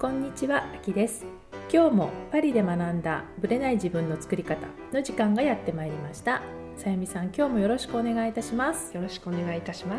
こんにちは、あきです。今日もパリで学んだブレない自分の作り方の時間がやってまいりました。さゆみさん、今日もよろしくお願いいたします。 よろしくお願いいたします。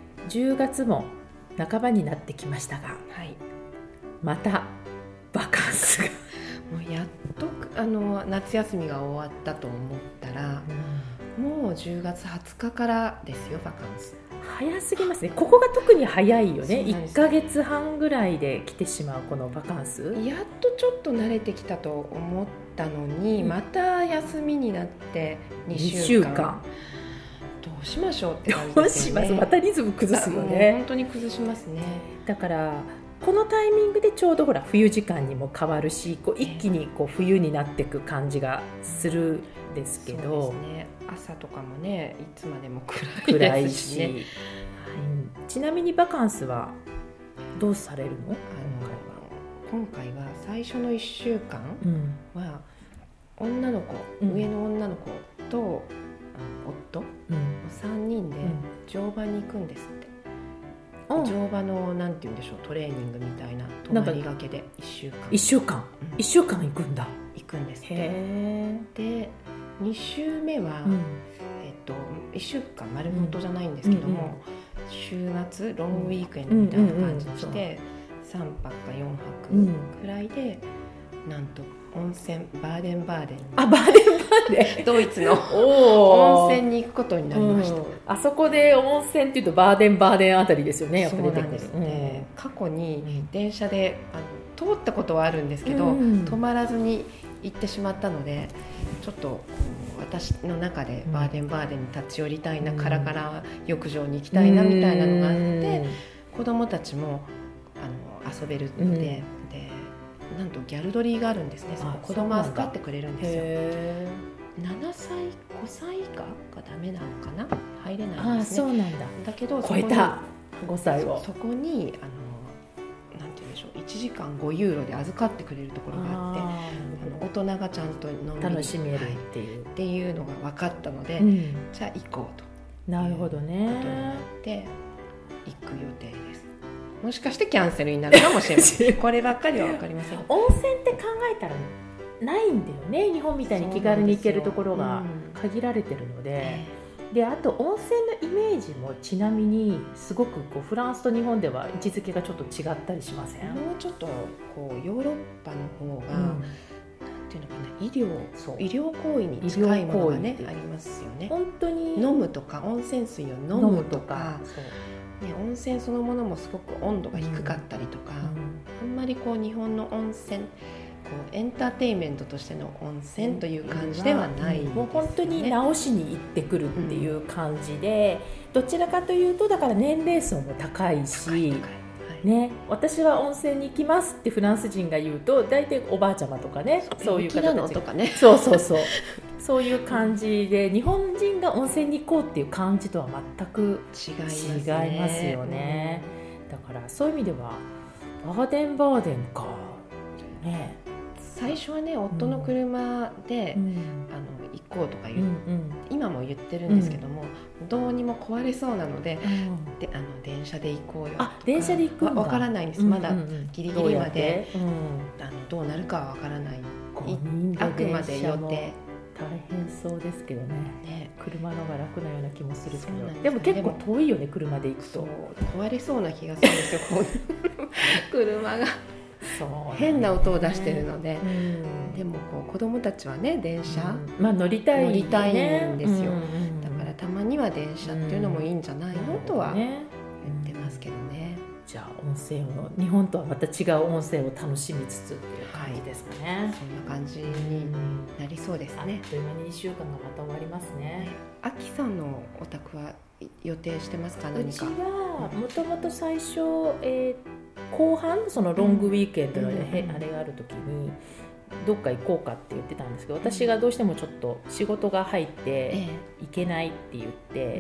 10月も半ばになってきましたが、 はい、 またバカンスがもうやっと夏休みが終わったと思ったら、もう10月20日からですよ、バカンス。 早すぎますね。ここが特に早いよね。1ヶ月半ぐらいで来てしまうこのバカンス。 やっとちょっと慣れてきたと思ったのに、また休みになって2週間どうしましょうって感じですよね。 どうします。またリズム崩すよね。 本当に崩しますね。 だからこのタイミングでちょうどほら冬時間にも変わるし、こう一気にこう冬になっていく感じがするんですけど、 そうですね、朝とかもね、いつまでも暗いですしね。 ちなみにバカンスはどうされるの？ 今回は最初の1週間は女の子、上の女の子と夫、3人で乗馬に行くんですって。乗馬のなんて言うんでしょう、トレーニングみたいな、泊まりがけで1週間行くんだ。行くんですって。で2週目は、1週間丸ごとじゃないんですけども、週末ロングウィークエンドみたいな感じにして、3泊か4泊くらいで、なんと温泉バーデンバーデン、ドイツの温泉に行くことになりました。 あそこで温泉っていうとバーデンバーデンあたりですよね。やっぱりそうなんですね。過去に電車で通ったことはあるんですけど、泊まらずに行ってしまったので、ちょっと私の中でバーデンバーデンに立ち寄りたいな、カラカラ浴場に行きたいなみたいなのがあって、子供たちも遊べるので、なんとギャルドリーがあるんですね。そこ子供預かってくれるんですよ。7歳5歳以下がダメなのかな、入れないんですね。 そうなんだ。 だけど超えた5歳をそこになんて言うんでしょう、1時間5ユーロで預かってくれるところがあって、大人がちゃんとのんびり楽しめるっていうのが分かったので、じゃあ行こうと。 なるほどね。 ことになって行く予定です。もしかしてキャンセルになるかもしれません。こればっかりは分かりません。 温泉って考えたらないんだよね。日本みたいに気軽に行けるところが限られてるので、であと温泉のイメージもちなみにすごくこうフランスと日本では位置づけがちょっと違ったりしません？ もうちょっとこうヨーロッパの方が、なんていうのかな、医療行為に近いものがねありますよね。 本当に飲むとか、温泉水を飲むとか、温泉そのものもすごく温度が低かったりとか、あんまりこう日本の温泉、こうエンターテインメントとしての温泉という感じではないですよね。 もう本当に直しに行ってくるっていう感じで、どちらかというとだから年齢層も高いし、ね、私は温泉に行きますってフランス人が言うと大体おばあちゃまとかね、そういう方たちとかね、 そういう感じで、日本人が温泉に行こうっていう感じとは全く違いますよね。だからそういう意味ではバーデンバーデンかね。 最初はね、夫の車で、行こうとか今も言ってるんですけども、どうにも壊れそうなので、電車で行こうよとか。 電車で行くんだ。 わからないんです。まだギリギリまでどうなるかはわからない。あくまで予定。 大変そうですけどね。車の方が楽なような気もするけど、でも結構遠いよね、車で行くと。 壊れそうな気がするんですよ。車が変な音を出してるので、でもこう子供たちはね、電車、 乗りたいんですよ。だからたまには電車っていうのもいいんじゃないのとは言ってますけどね。 じゃあ温泉を、日本とはまた違う温泉を楽しみつつっていう感じですかね。 そんな感じになりそうですね。 あっという間に2週間がまた終わりますね。 あきさんのお宅は予定してますか？何か。 うちはもともと最初、後半そのロングウィークエンドの、あれがある時にどっか行こうかって言ってたんですけど、私がどうしてもちょっと仕事が入って行けないって言って、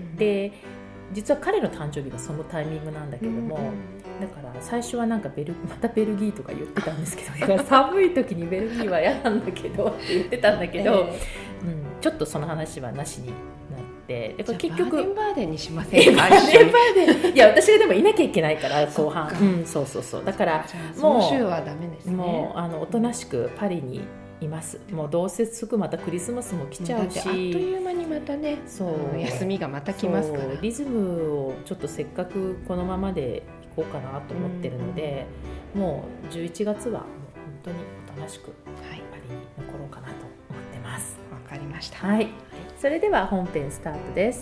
で実は彼の誕生日がそのタイミングなんだけども、だから最初はなんかまたベルギーとか言ってたんですけど、だから寒い時にベルギーは嫌なんだけどって言ってたんだけど、ちょっとその話はなしになって、 だから結局バーデンバーデンにしませんか？ バーデンバーデンいや私がでもいなきゃいけないから後半、そうそうそう、だからもうその週はダメですね。 もうおとなしくパリにいます。もうどうせすぐまたクリスマスも来ちゃうし、 あっという間にまたね、そう休みがまた来ますから、 リズムをちょっとせっかくこのままでいこうかなと思ってるので、もう11月はもう本当におとなしくパリに残ろうかなと思ってます。 わかりました。 はい、それでは本編スタートです。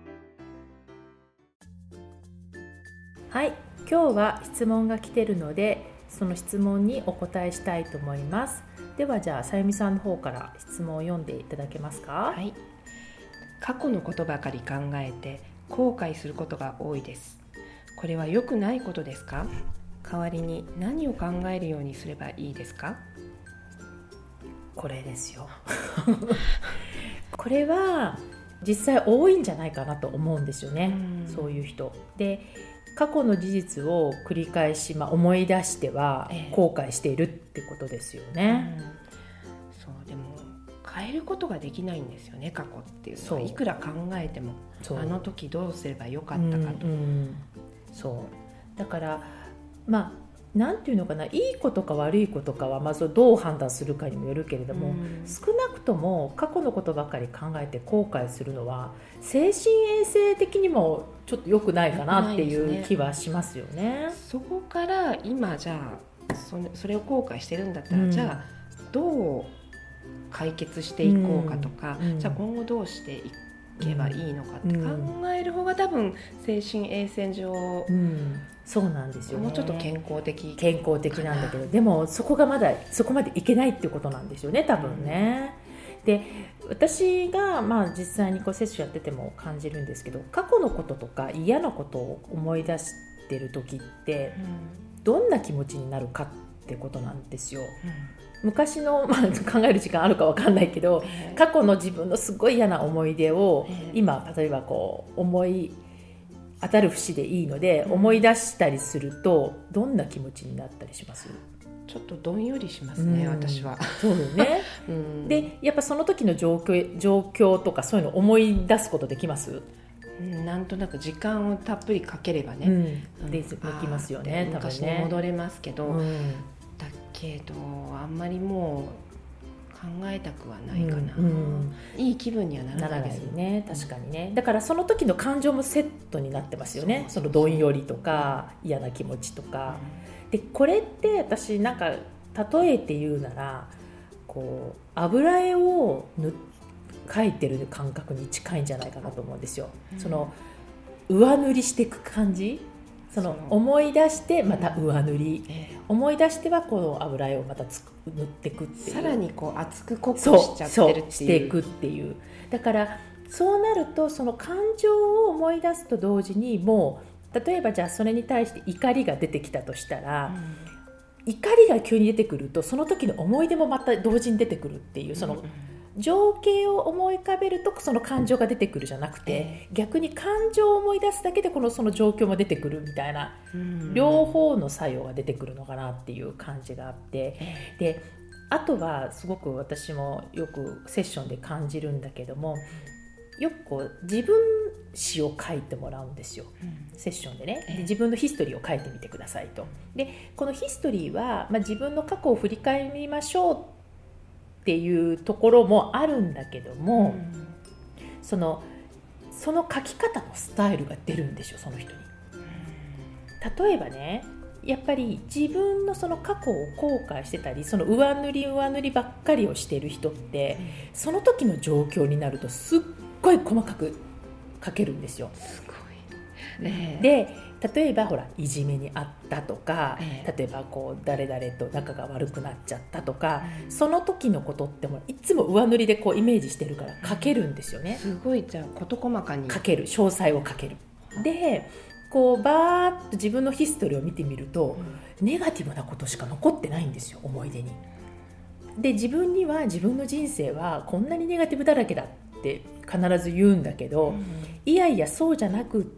はい、今日は質問が来てるのでその質問にお答えしたいと思います。ではじゃあさゆみさんの方から質問を読んでいただけますか？ はい、過去のことばかり考えて後悔することが多いです。これは良くないことですか？代わりに何を考えるようにすればいいですか？ これですよこれは実際多いんじゃないかなと思うんですよね、そういう人で、過去の事実を繰り返し、思い出しては後悔しているってことですよね、 そうでも変えることができないんですよね、過去っていうのは。いくら考えてもあの時どうすればよかったかと、 そうだからなんていうのかな、いいことか悪いことかはそれどう判断するかにもよるけれども、少なくとも過去のことばかり考えて後悔するのは精神衛生的にもちょっと良くないかなっていう気はしますよね。 そこから今じゃあそれを後悔してるんだったら、じゃあどう解決していこうかとか、じゃあ今後どうしていけばいいのかって考える方が多分精神衛生上、 そうなんですよね、 もうちょっと健康的なんだけど、でもそこがまだそこまでいけないっていうことなんですよね、多分ね。で私が実際にセッションやってても感じるんですけど、過去のこととか嫌なことを思い出してる時ってどんな気持ちになるかってことなんですよ、昔の、考える時間あるか分かんないけど、過去の自分のすごい嫌な思い出を今例えば思い当たる節でいいので思い出したりするとどんな気持ちになったりします？ ちょっとどんよりしますね、私は。 そうよね、でやっぱその時の状況とかそういうの思い出すことできます？ なんとなく時間をたっぷりかければね、 できますよね、多分ね。 昔に戻れますけど、だけどあんまりもう考えたくはないかな、いい気分にはならないですよね。確かにね。だからその時の感情もセットになってますよね。そのどんよりとか嫌な気持ちとか、でこれって私例えて言うなら油絵を描いてる感覚に近いんじゃないかなと思うんですよ、その上塗りしていく感じ、その思い出してまた上塗り、思い出してはこの油絵をまた塗っていくっていう、 さらに厚く濃くしちゃってるっていう、 していくっていう。だからそうなるとその感情を思い出すと同時に、もう例えばじゃあそれに対して怒りが出てきたとしたら、怒りが急に出てくるとその時の思い出もまた同時に出てくるっていう、その情景を思い浮かべるとその感情が出てくるじゃなくて、逆に感情を思い出すだけでその状況も出てくるみたいな、両方の作用が出てくるのかなっていう感じがあって、であとはすごく私もよくセッションで感じるんだけども、よく自分詩を書いてもらうんですよ、セッションでね。で自分のヒストリーを書いてみてくださいと。でこのヒストリーは、自分の過去を振り返りましょうっていうところもあるんだけども、その書き方のスタイルが出るんでしょ、その人に。例えばね、やっぱり自分のその過去を後悔してたり、その上塗りばっかりをしてる人って、その時の状況になるとすっごい細かく書けるんですよ。 すごい、 で例えばいじめにあったとか、例えば誰々と仲が悪くなっちゃったとか、その時のことっていつも上塗りでイメージしてるから書けるんですよね。 すごい、じゃあ事細かに書ける、詳細を書ける。でバーッと自分のヒストリーを見てみると、ネガティブなことしか残ってないんですよ、思い出に。で自分には自分の人生はこんなにネガティブだらけだって必ず言うんだけど、いやいやそうじゃなくって、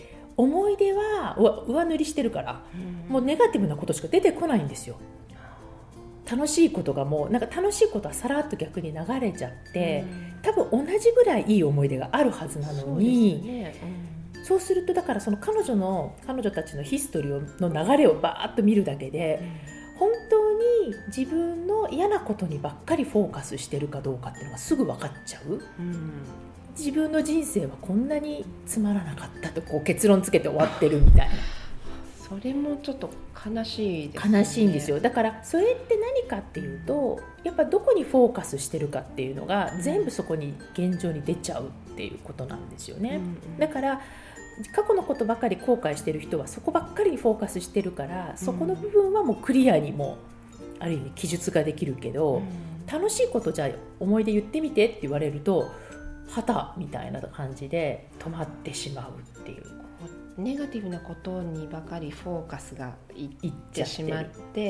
思い出は上塗りしてるから、もうネガティブなことしか出てこないんですよ。 楽しいことがもうなんか楽しいことはさらっと逆に流れちゃって、多分同じぐらいいい思い出があるはずなのに、そうするとだからその彼女たちのヒストリーの流れをバーッと見るだけで、本当に自分の嫌なことにばっかりフォーカスしてるかどうかっていうのがすぐ分かっちゃう、自分の人生はこんなにつまらなかったとこう結論つけて終わってるみたいな。 それもちょっと悲しいですね。 悲しいんですよ。だからそれって何かっていうと、やっぱどこにフォーカスしてるかっていうのが全部そこに現状に出ちゃうっていうことなんですよね、だから過去のことばかり後悔してる人はそこばっかりにフォーカスしてるから、そこの部分はもうクリアにもある意味記述ができるけど、楽しいことじゃあ思い出言ってみてって言われるとはたみたいな感じで止まってしまうっていう、 ネガティブなことにばかりフォーカスがいってしまって、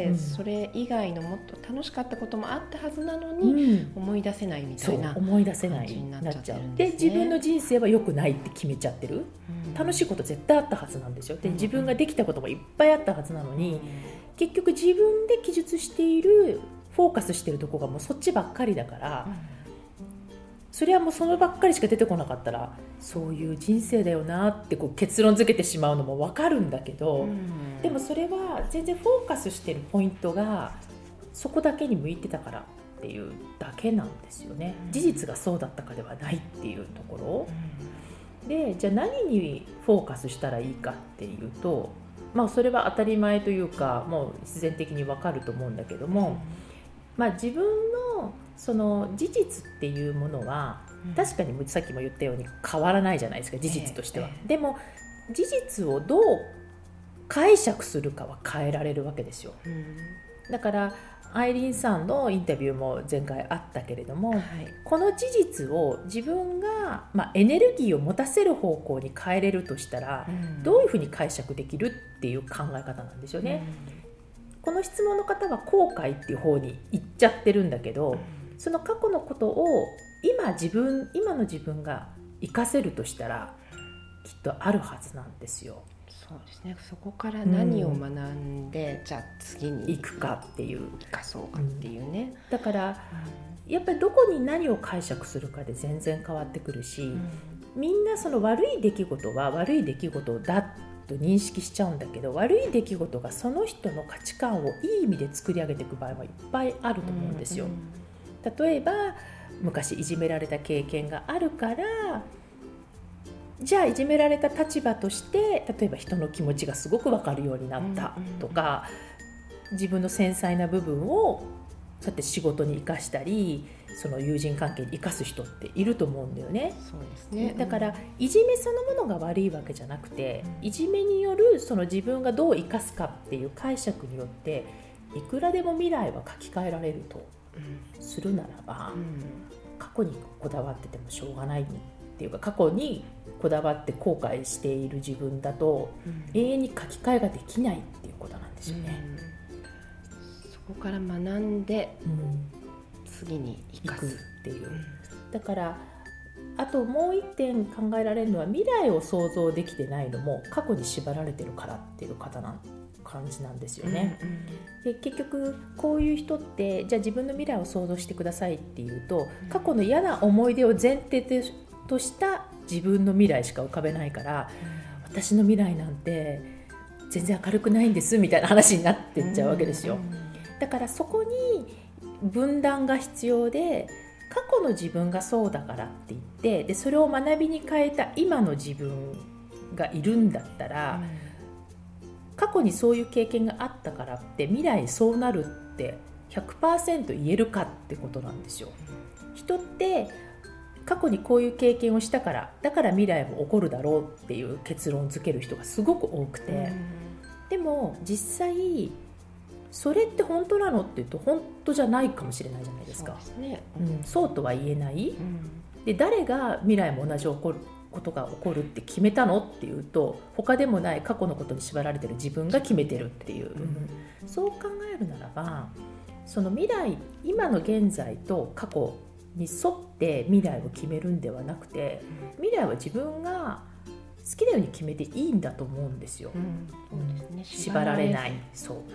それ以外のもっと楽しかったこともあったはずなのに、思い出せないみたいな思い出せないになっちゃう。で自分の人生は良くないって決めちゃってる、楽しいこと絶対あったはずなんですよ。で自分ができたこともいっぱいあったはずなのに、結局自分で記述しているフォーカスしてるとこがもうそっちばっかりだから、それはもうそのばっかりしか出てこなかったらそういう人生だよなってこう結論付けてしまうのも分かるんだけど、でもそれは全然フォーカスしてるポイントがそこだけに向いてたからっていうだけなんですよね。事実がそうだったかではないっていうところで、じゃあ何にフォーカスしたらいいかっていうと、それは当たり前というかもう必然的に分かると思うんだけども、自分のその事実っていうものは確かにさっきも言ったように変わらないじゃないですか、事実としては。でも事実をどう解釈するかは変えられるわけですよ。だからアイリーンさんのインタビューも前回あったけれども、この事実を自分が、エネルギーを持たせる方向に変えれるとしたら、どういうふうに解釈できるっていう考え方なんですよね。この質問の方は後悔っていう方に行っちゃってるんだけど、その過去のことを今の自分が活かせるとしたらきっとあるはずなんですよ。 そうですね。そこから何を学んで、じゃあ次に行くかっていう生かそうかっていうね、 だから、やっぱりどこに何を解釈するかで全然変わってくるし、みんなその悪い出来事は悪い出来事だと認識しちゃうんだけど、悪い出来事がその人の価値観をいい意味で作り上げていく場合もいっぱいあると思うんですよ。例えば昔いじめられた経験があるから、じゃあいじめられた立場として例えば人の気持ちがすごく分かるようになったとか、自分の繊細な部分をそうやって仕事に生かしたり、その友人関係に生かす人っていると思うんだよね。 そうですね。 だからいじめそのものが悪いわけじゃなくて、いじめによるその自分がどう生かすかっていう解釈によっていくらでも未来は書き換えられるとするならば、過去にこだわっててもしょうがないっていうか、過去にこだわって後悔している自分だと、永遠に書き換えができないっていうことなんですよね。 そこから学んで、次に生かすっていう、だからあともう一点考えられるのは、未来を想像できてないのも過去に縛られてるからっていう感じなんですよね。で結局こういう人って、じゃあ自分の未来を想像してくださいっていうと、過去の嫌な思い出を前提とした自分の未来しか浮かべないから、私の未来なんて全然明るくないんですみたいな話になってっちゃうわけですよ。だからそこに分断が必要で、過去の自分がそうだからって言って、でそれを学びに変えた今の自分がいるんだったら、過去にそういう経験があったからって未来そうなるって 100% 言えるかってことなんですよ。人って過去にこういう経験をしたから、だから未来も起こるだろうっていう結論付ける人がすごく多くて、でも実際それって本当なのって言うと本当じゃないかもしれないじゃないですか。 そうですね。 そうとは言えない、で誰が未来も同じことが起こるって決めたのっていうと、他でもない過去のことに縛られてる自分が決めてるっていう、そう考えるならば、その未来、今の現在と過去に沿って未来を決めるんではなくて、未来は自分が好きなように決めていいんだと思うんですよ。縛られない。そう、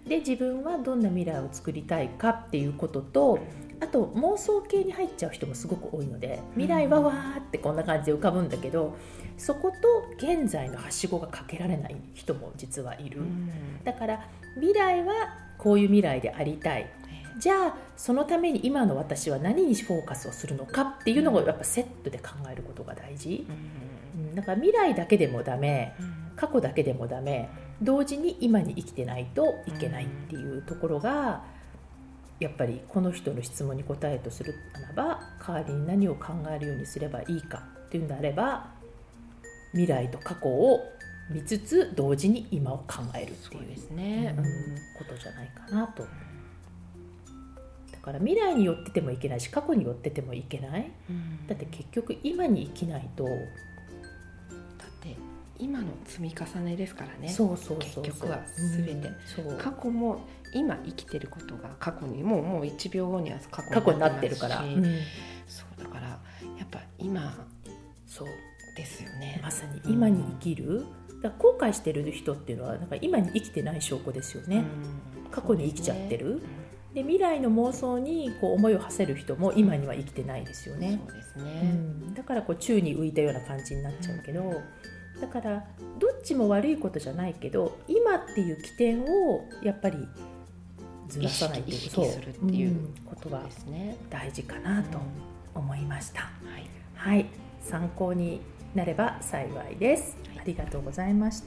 で自分はどんな未来を作りたいかっていうことと、あと妄想系に入っちゃう人もすごく多いので、未来はわーってこんな感じで浮かぶんだけど、そこと現在のはしごがかけられない人も実はいる。だから未来はこういう未来でありたい、じゃあそのために今の私は何にフォーカスをするのかっていうのをやっぱセットで考えることが大事。だから未来だけでもダメ、過去だけでもダメ、同時に今に生きてないといけないっていうところが、やっぱりこの人の質問に答えとするならば、代わりに何を考えるようにすればいいかっていうんであれば、未来と過去を見つつ同時に今を考えるっていうですね、 ことじゃないかなと。だから未来に寄っててもいけないし、過去に寄っててもいけない、だって結局今に生きないと、だって今の積み重ねですからね。 そう結局は全て、過去も今生きてることが過去にもう1秒後には過去になってるから、そうだからやっぱ今そうですよね。 まさに今に生きる、だから後悔してる人っていうのはなんか今に生きてない証拠ですよね。過去に生きちゃってる。で未来の妄想にこう思いを馳せる人も今には生きてないですよね。 そうですね、 だからこう宙に浮いたような感じになっちゃうけど、だからどっちも悪いことじゃないけど、今っていう起点をやっぱりずらさないという、 意識するっていうことが大事かなと思いました。はい、参考になれば幸いです。ありがとうございました。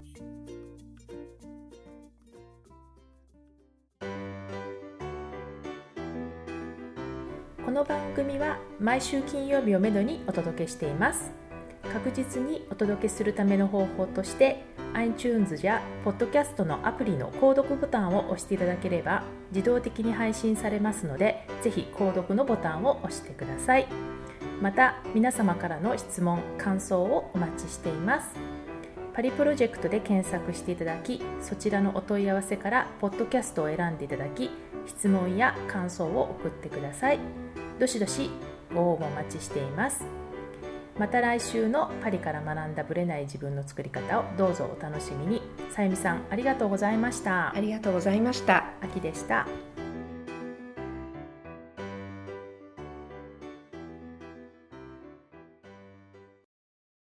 この番組は毎週金曜日をめどにお届けしています。確実にお届けするための方法として iTunes や Podcast のアプリの購読ボタンを押していただければ自動的に配信されますので、ぜひ購読のボタンを押してください。また皆様からの質問・感想をお待ちしています。パリプロジェクトで検索していただき、そちらのお問い合わせからポッドキャストを選んでいただき、質問や感想を送ってください。どしどしご応募お待ちしています。また来週のパリから学んだブレない自分の作り方をどうぞお楽しみに。さゆみさん、ありがとうございました。 ありがとうございました。 あきでした。